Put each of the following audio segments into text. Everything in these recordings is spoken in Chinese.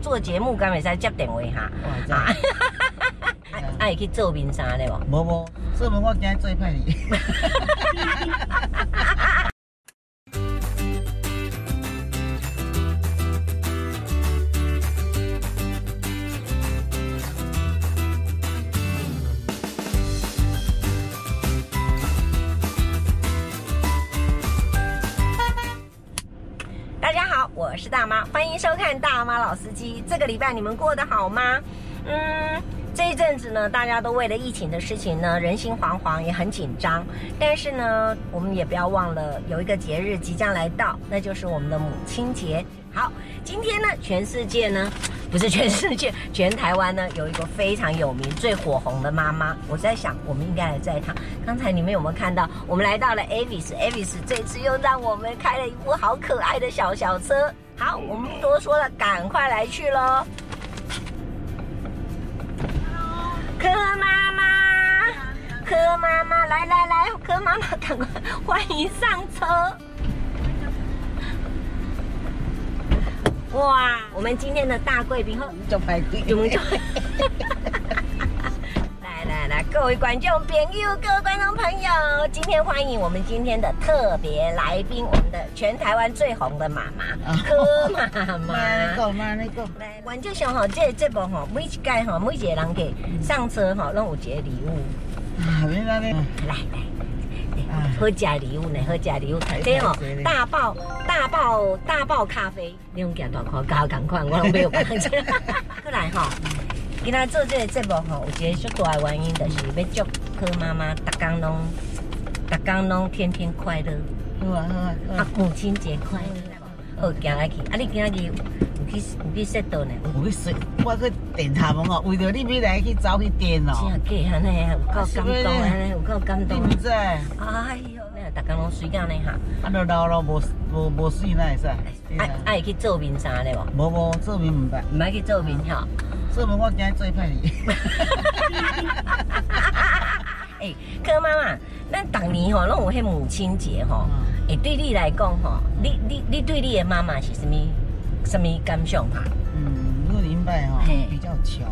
做节目敢袂使接电话哈？会去做面衫咧无？ 无，做面我惊做歹去。 大家好，我是大妈，欢迎收看大妈老司机。这个礼拜你们过得好吗？这一阵子呢，大家都为了疫情的事情呢，人心惶惶，也很紧张。但是呢，我们也不要忘了有一个节日即将来到，那就是我们的母亲节。好，今天呢，全世界呢，不是全世界，全台湾呢，有一个非常有名、最火红的妈妈。我在想，我们应该来载她。刚才你们有没有看到？我们来到了 Avis 这次又让我们开了一部好可爱的小车。好，我们不多说了，赶快来去咯。柯妈妈，来，柯妈妈，赶快欢迎上车！哇，我们今天的大贵宾就排队， 来，各位观众朋友，各位观众朋友，今天欢迎我们今天的特别来宾，我们的全台湾最红的妈妈柯妈妈。 你讲， 来，原则上吼，这个节目吼，每一届吼，每一个人给上车吼，拢有一个礼物。来，好食礼物呢，好食礼物。这吼大爆咖啡，你用件大块加同款，我拢没有办法。过来吼。今仔做这个节目吼，有一个最大的原因，就是要祝柯妈妈逐工拢天天快乐。 好啊， 母亲节快乐！好，行来去。你今仔日有去说到呢？ 有去说，我去电塔门哦，为着你要来去走去电哦。 真假安尼，有够感动安尼，有够感动。 你唔知？ 哎呦，你逐工拢水干呢哈？ 就老了无水哪会使？ 会去做面衫咧无？ 无做面唔捌， 唔爱去做面吼。 做面我惊做歹去。 柯妈妈，咱逐年吼拢有迄母亲节吼，对你来讲吼，你对你的妈妈是什么感想哈？ 因为林拜吼比较穷，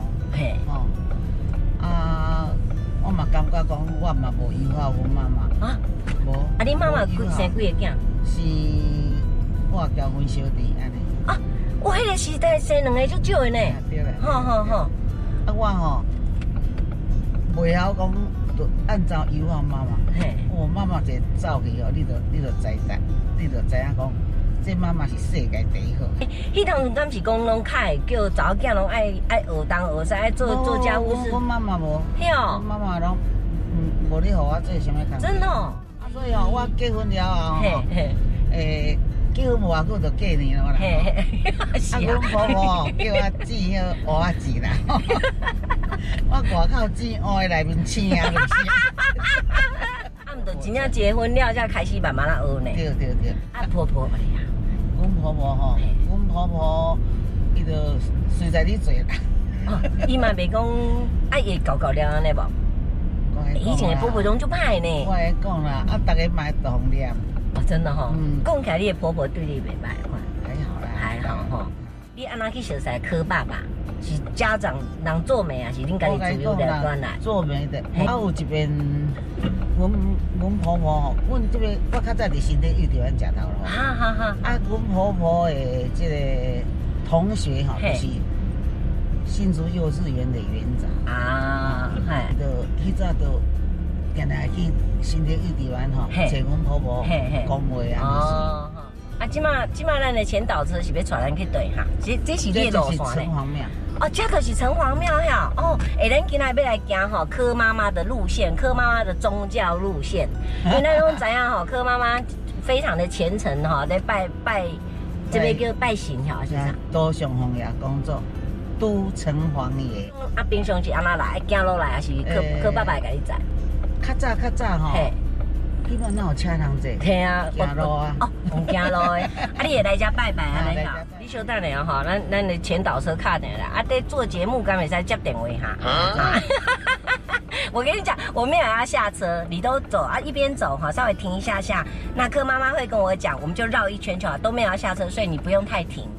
我嘛感觉讲我嘛无依靠阮妈妈啊，无。 你妈妈生几个囝？ 是我交阮小弟安尼。 啊，我迄个时代生2个足少的呢。 对啦。 好。 我吼袂晓讲，就按照依靠妈妈。我妈妈一走去哦，你就知影讲，这妈妈是世界第一好。 迄阵敢是讲拢较会叫查某囝拢爱学东学西，爱做家务事。 我妈妈无。嘿哦。我妈妈拢无咧，互我做啥物工。 真哦。 所以哦，我结婚了后吼，结婚无偌久就过年了啦。阮婆婆叫我煮迄蚵仔煎啦，我外口煮蚵在内面青啊，就是。 毋就真正结婚了才开始慢慢学呢。 对。 婆婆哎呀， 阮婆婆伊就随在你做啦。 伊嘛袂讲伊会搞了安尼无？以前的婆婆拢就歹呢。 我会讲啦，大家嘛会同念。 真的吼，讲起来你的婆婆对你袂歹款， 还好吼。你安怎去熟悉柯爸爸？是家长人做媒啊，是恁家己自由了转来？ 做媒的。有一边，阮婆婆吼，阮这边我较早伫新店幼稚园食头咯。哈。阮婆婆的这个同学吼，就是新竹幼稚园的园长啊，就迄早就定定去新店幼稚园吼，找阮婆婆讲话啊。 即马咱的前导车是要带咱去对哈？这是你的路线呢？ 城隍庙。 这就是城隍庙呀！咱今仔要来行吼柯妈妈的路线，柯妈妈的宗教路线。因为咱拢知影吼，柯妈妈非常的虔诚哈，在拜这边叫拜神哈，是啥？ 都上皇爷工作，都城隍爷。 平常是安怎来？行路来还是柯爸爸会甲你载？ 较早吼。基本哪有车通坐？ 对啊， 行路啊。 用行路的。你也来家拜拜啊？你好，你稍等下哈，咱的前导车卡定啦。在做节目，敢袂使接电话哈？我跟你讲，我没有要下车，你都走啊，一边走哈，稍微停一下下。那柯妈妈会跟我讲，我们就绕一圈就好，都没有要下车，所以你不用太停。对，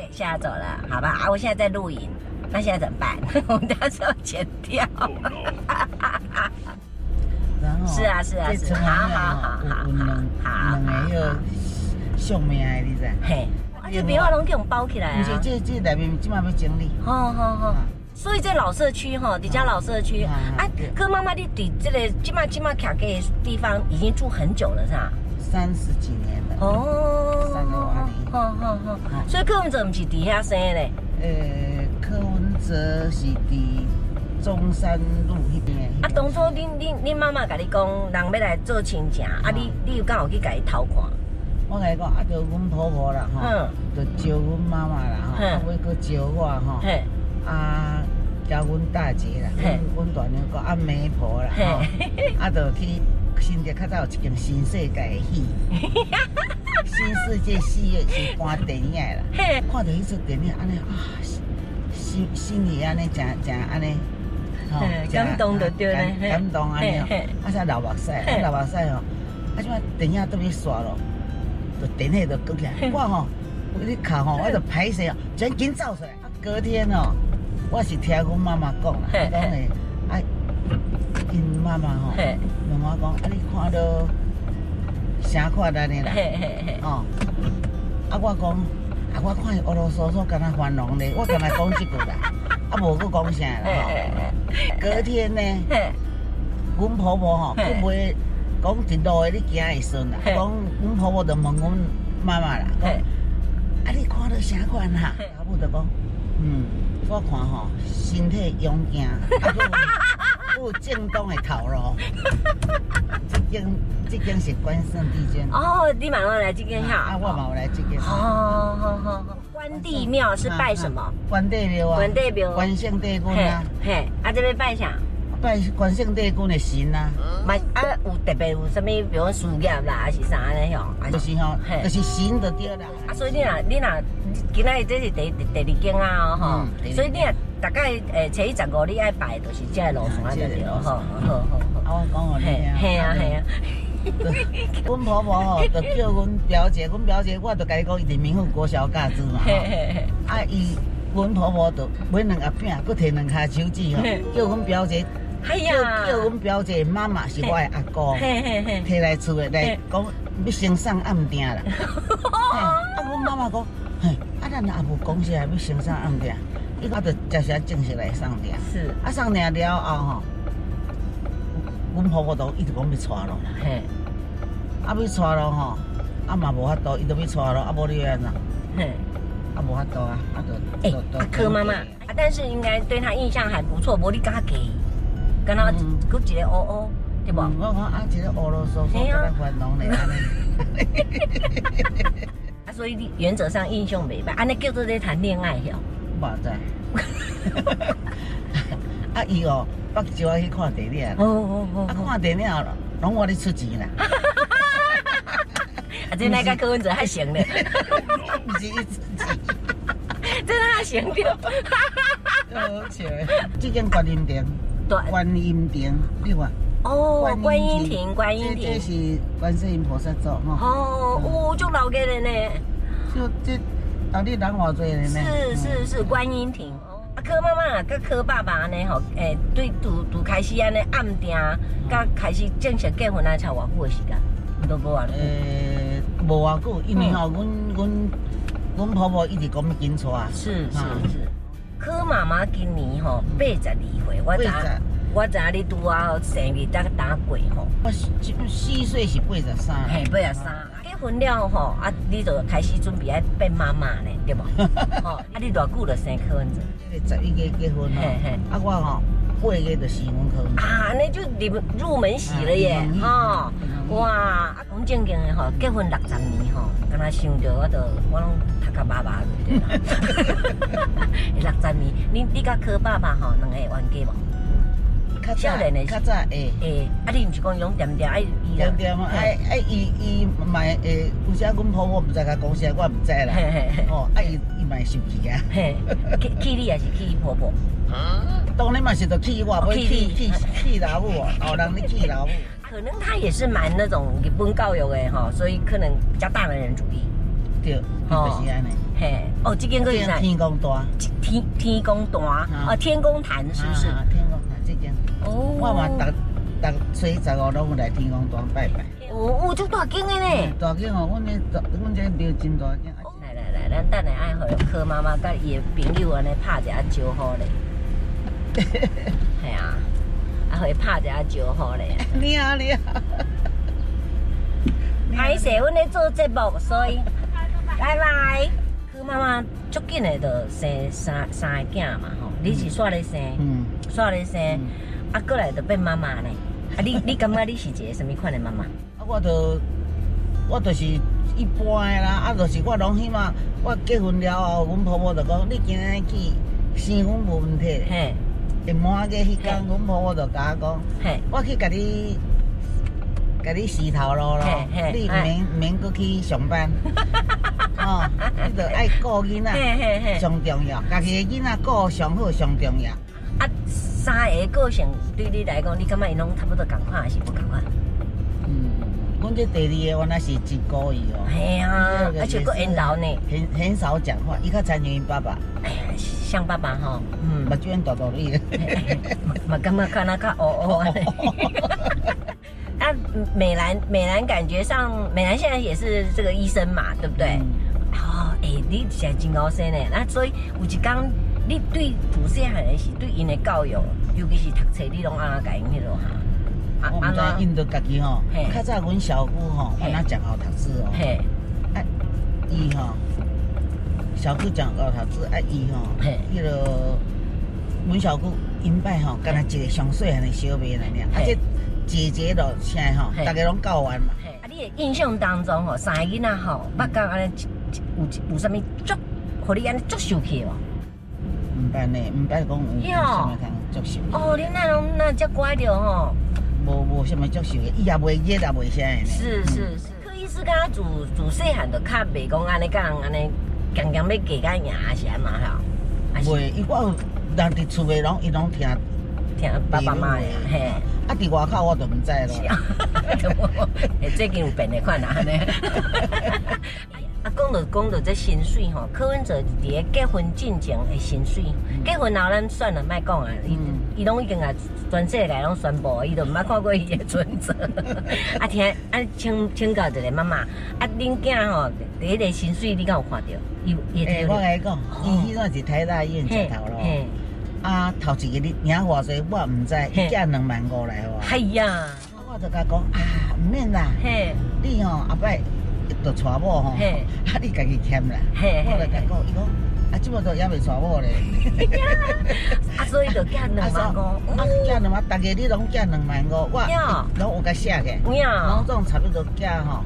对，现在走了，好吧？啊，我现在在录影，那现在怎么办？我们到时候剪掉。 然后是啊，好， 两个要相命的，你知？ 嘿，啊，这棉花拢给我们包起来啊。 不是，这里面今晚要整理。 好。所以这老社区哈，底下老社区啊，柯妈妈你对这个今嘛徛嘅地方已经住很久了，是吧 ？30几年了。 哦 ，30多年。 好。所以柯文哲不是底下生的嘞？ 柯文哲是伫中山路那边。 啊，当初恁妈妈甲你讲，人要来做亲戚，啊，你有刚好去甲伊偷看？ 我甲伊讲，啊，就阮婆婆啦，吼，就招阮妈妈啦，吼，啊，尾佫招我吼，啊，交阮大姐啦，阮大娘个啊媒婆啦，吼，啊，就去新店较早有一间新世界的戏，新世界戏院是搬电影啦，看到迄出电影安尼啊，心里安尼真安尼， 吼，感动就对咧， 感动安尼，啊，才流目屎，流目屎吼，啊，即摆电影都要刷咯。就电话就搁起来，我吼，你卡吼，我就歹势哦，紧走出来。啊，隔天哦，我是听阮妈妈讲啦，讲诶，啊，因妈妈吼问我讲，啊，你看到啥款安尼啦？哦，啊，我讲，啊，我看伊乌噜嗦嗦，敢若烦恼咧，我敢若讲即句啦，啊，无佫讲啥啦吼。隔天呢，阮婆婆吼，佫袂。讲一路的你行会顺啦，讲阮婆婆就问阮妈妈啦，讲啊你看到啥款哈？阿母就讲，我看吼身体勇健，啊有正当的头路。这间是关圣帝君。哦， 你嘛来这间哈？ 啊，我嘛有来这间。 好。关帝庙是拜什么？ 关帝庙啊。 关帝庙。 关圣帝君啊。 嘿，啊这边拜啥？ 拜关圣帝君的神啊， 有特别有啥物，比如事业啦，还是啥咧吼？ 就是吼，就是神就对啦。 啊，所以你若今仔日这是第二间啊吼，所以你若大概初一15你爱拜，就是这个路线啊对了吼。 啊，我讲互你听。 嘿啊。 阮婆婆吼，就叫阮表姐，我就甲伊讲，伊伫民富国小教子嘛。啊，阮婆婆就买2盒饼，佮摕2骹手指吼，叫阮表姐。叫阮表姐妈妈是我的阿姑，摕来厝的来讲要先送暗订啦。啊，阮妈妈讲，嘿，啊，咱也无讲啥要先送暗订，伊讲就直接正式来送订。是。啊，送订了后吼，阮婆婆都一直讲要娶咯。嘿。啊，要娶咯吼，啊嘛无法度，伊都要娶咯，啊无你安怎？嘿。啊无法度啊，啊就。 柯妈妈，啊，但是应该对她印象还不错，无你敢给。跟他搁一个乌，对不？ 我讲啊，一个乌噜嗦嗦，跟他烦恼咧安尼。 啊，所以你原则上印象袂歹，安尼叫做在谈恋爱哟。 无知。啊，伊哦，捌招我去看电影。啊，看电影拢我咧出钱啦。 啊，这那个柯文哲还行咧。 不是伊出钱。 真的还行着。 好笑。这间观音店。观音亭，你看。 哦，观音亭。 这是观世音菩萨做吼。哦，足老个的呢。 就这到底人偌济的呢？ 是观音亭。啊，柯妈妈甲柯爸爸呢吼，对拄开始安尼暗定，甲开始正式结婚啊，差偌久的时间？都无啊？ 无偌久，因为吼，阮婆婆一直讲要紧娶。 是。柯妈妈今年吼82岁，我知你拄啊生日打过吼。 我4岁是83。 嘿，83。结婚了吼，啊，你就开始准备要变妈妈呢，对不？吼，啊，你偌久就生柯文哲 ？11月结婚吼，啊，我吼8月就生阮柯文哲。 啊，那就入门喜了耶，吼！哇，啊，讲正经的吼，结婚60年吼，敢若想着我拢头壳麻麻对啦。60年，你甲柯爸爸吼两个冤家无？少年的较早会。 啊，你毋是讲用点点爱伊啦？ 点伊嘛会，有时阮婆婆毋知甲讲啥，我毋知啦。哦，啊伊嘛会生气啊。 气你还是气婆婆？ 当然嘛是着气我，不会气老母哦，老人咧气老母。 可能他也是蛮那种日本教育的哈，所以可能比较大男人主义。 对，就是安尼。 嘿，哦，这间个是哪？ 天公大。 天公大，天公坛是不是？ 天公坛这间。哦。我嘛逐初15拢有来天公坛拜拜。 哦，这大间的呢。 大间哦，阮这庙真大间。 来，咱等下爱和柯妈妈甲伊的朋友安尼拍一下招呼咧。系啊，啊会拍一下招呼咧。 你好。 歹势，阮咧做节目，所以拜拜。柯妈妈足紧的就生三个囝嘛吼，你是煞咧生，煞咧生，啊过来就变妈妈呢。啊你感觉你是一个什么款的妈妈？ 啊我就是一般的啦，啊就是我拢希望我结婚了后，阮婆婆就讲你今日去生阮无问题。嘿。下满个迄天，阮婆婆就甲我讲，嘿，我去甲你洗头路咯，你免搁去上班。哦，你着爱顾囡仔，上重要，家己的囡仔顾上好上重要。 啊，三个个性对你来讲，你感觉因拢差不多共款，还是不共款？ 阮这第二个原来是真故意哦。 系啊，而且佫缘投呢。 很少讲话，伊较亲像伊爸爸。 哎呀，像爸爸吼， 目睭大大哩。 嘛感觉看那较乌乌的。啊，美兰感觉上，美兰现在也是这个医生嘛，对不对？哦，你现在真高深呢。那所以有一天，你对自细汉的是对因的教育，尤其是读册，你拢安怎教因迄落哈？ 我毋知因着家己吼，较早阮小姑吼，安那讲好读书哦。嘿。啊，伊吼，小姑讲好读书，啊伊吼，迄落阮小姑因摆吼，敢若一个上细汉的小妹来尔，啊这姐姐落啥吼，大家拢教完嘛。啊， 你的印象当中吼，三个囡仔吼，捌讲安尼有啥物足，互你安尼足受气无？ 毋捌呢，毋捌讲有啥物通足受。 哦，你那遮乖着吼。 无什么足受的，伊也袂热也袂啥的。 是。柯医师敢自细汉就较袂讲安尼，甲人安尼强要加甲赢是安嘛吼？ 袂，伊我人伫厝内拢伊拢听爸爸妈的嘿。 啊，伫外口我就毋知咯。 最近有变的款啦安尼。啊，讲到这薪水吼，柯文哲伫个结婚进前的薪水，结婚后咱算了，莫讲啊，伊拢已经啊全世界拢宣布，伊都毋捌看过伊的存折。啊，请教一个妈妈，啊，恁囝吼第一个薪水你敢有看到？ 我甲你讲，伊迄阵是台大医院食头咯。啊，头一个你领偌济，我毋知，伊寄25000来我。 系呀。 我就甲讲啊，毋免啦。嘿。你吼后摆。就娶某吼，啊你家己欠啦，我就甲讲，伊讲啊，即摆都还袂娶某咧。 啊，所以就寄25000。 啊，寄20000，大家你拢寄25000，我拢有甲写嘅，拢总差不多寄吼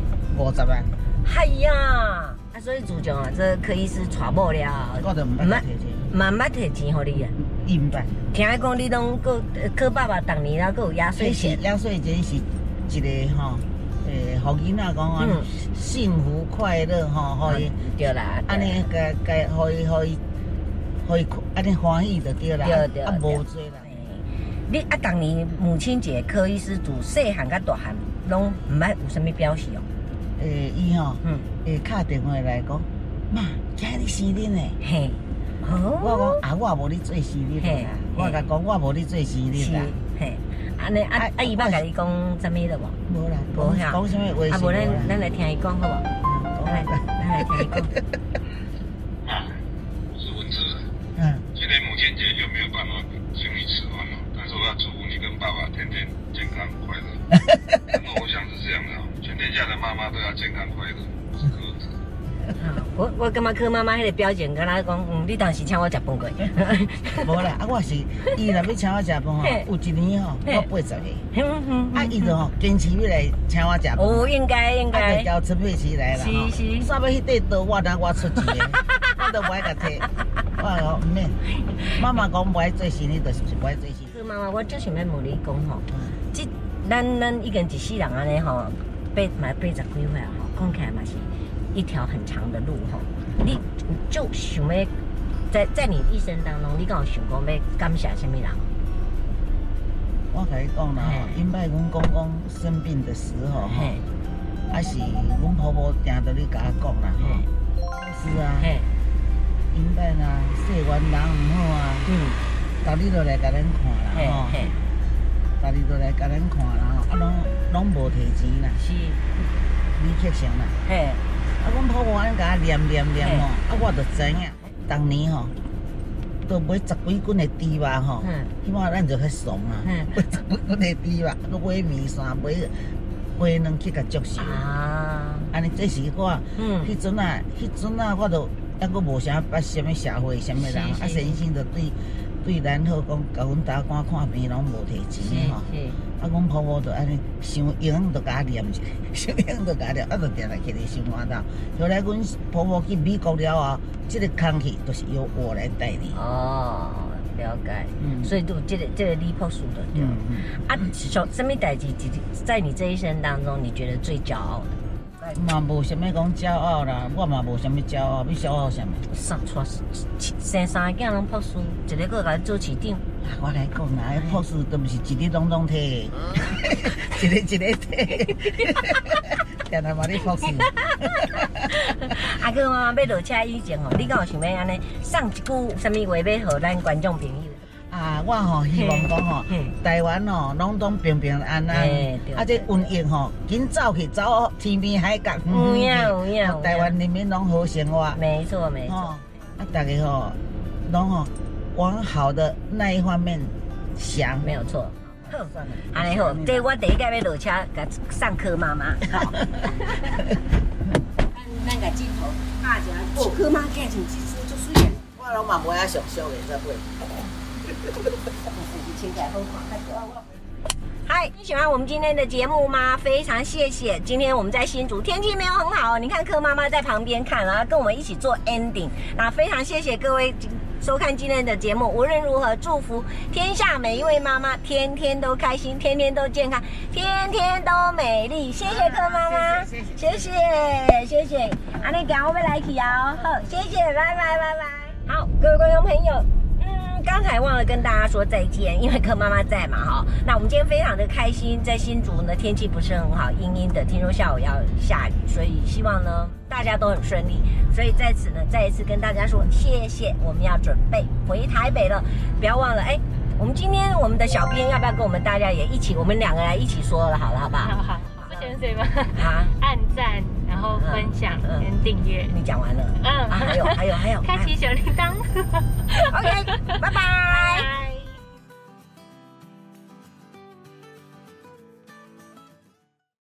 ，50万。 系呀，啊，所以自从啊，这柯医师娶某了， 我就毋捌摕钱， 嘛毋捌摕钱互你啊。 伊毋捌。 听讲你拢柯爸爸逐年啊，佫有压岁钱。 压岁钱是一个吼。互囡仔讲啊，幸福快乐吼，互伊对啦， 安尼该互伊安尼欢喜就对啦，啊无多啦。 你啊，当年母亲节，柯医师自细汉甲大汉拢毋捌有啥物表示哦？ 伊吼，会敲电话来讲，妈，今日你生日呢？嘿，我讲啊，我无你做生日啦，我甲讲我无你做生日啦，嘿。 安尼伊捌甲你讲啥物了无？ 无啦，讲啥物话？ 啊，无咱来听伊讲好无？咱来听伊讲。 妈，我是文哲。今天母亲节又没有办法请你吃饭了，但是我要祝福你跟爸爸天天健康快乐。那我想是这样的，全天下的妈妈都要健康快乐。我是柯文哲。 我感觉柯妈妈迄个表情，敢若讲，你当时请我食饭过。 无啦，啊，我是伊若要请我食饭吼，有一年吼，我80个，啊，伊就吼坚持要来请我食饭。 哦，应该。 啊，就叫陈佩琪来啦。 是。 煞要迄块刀，我出钱的，我都不爱甲摕。我讲毋免，妈妈讲不爱做生意，就是不爱做生意。 柯妈妈，我就想要问你讲吼，即咱已经一世人安尼吼，80几岁吼，讲起来嘛是。一条很长的路吼，你就想要在你一生当中，你敢有想讲要感谢什么人？ 我甲你讲啦，因摆阮公公生病的时候吼，还是阮婆婆定着咧甲我讲啦吼， 是啊，因摆啊，细原人唔好啊，逐日都来甲咱看啦，吼，逐日都来甲咱看啦，吼，啊拢无摕钱啦， 是， 李克强啦，啊，阮婆婆安甲我念吼，啊，我就知影，当年吼，都买10几斤的猪肉吼，起码咱就较爽啊，买10几斤的猪肉，佮买面线，买鸡卵去甲足寿，安尼这是我，迄阵啊，我都还佫无啥捌什么社会什么人，啊，先生就对咱好讲，甲阮打官看病拢无摕钱吼。啊，阮婆婆就安尼伤用，就甲我念一下，伤用就甲我念，啊，就定来去咧想我到。后来阮婆婆去美国了后，这个空气都是由我来代理。 哦，了解。所以就这个李朴素的对。啊，什么代志？在你这一生当中，你觉得最骄傲的？ 嘛无啥物讲骄傲啦，我嘛无啥物骄傲，要骄傲啥物？ 生3个囝拢朴素，一个个甲你做市长。 我来讲啦，朴素都毋是一日拢摕，一个摕，定来嘛你朴素。 阿哥妈妈要落车以前吼，你敢有想要安尼送一句什么话要互咱观众朋友？ 啊，我吼希望讲吼，台湾吼拢平平安安，啊这瘟疫吼紧走去，走天边海角， 有影， 台湾人民拢好生活。 没错。 啊，大家吼拢吼往好的那一方面想， 没有错。好，安尼好，这我第一个要落车，甲送柯妈妈。好，咱甲镜头拍一下，哦，柯妈见像这次足水的。 我拢嘛无遐上俗的，才会。 嗨，你喜欢我们今天的节目吗？非常谢谢。今天我们在新竹，天气没有很好，你看柯妈妈在旁边看，然后跟我们一起做 ending。那非常谢谢各位收看今天的节目。无论如何，祝福天下每一位妈妈天天都开心，天天都健康，天天都美丽。谢谢柯妈妈，谢谢。安尼讲我要来去哦，好，谢谢，拜拜。好，各位观众朋友。刚才忘了跟大家说再见，因为柯妈妈在嘛哈。那我们今天非常的开心，在新竹呢天气不是很好，阴阴的，听说下午要下雨，所以希望呢大家都很顺利。所以在此呢再一次跟大家说谢谢，我们要准备回台北了，不要忘了我们今天我们的小编要不要跟我们大家也一起，我们2个来一起说了好了，好不好？ 好，不潜水吗？ 啊， 按赞，然后分享跟订阅。 你讲完了？还有， 开启小铃铛。 OK， 拜拜。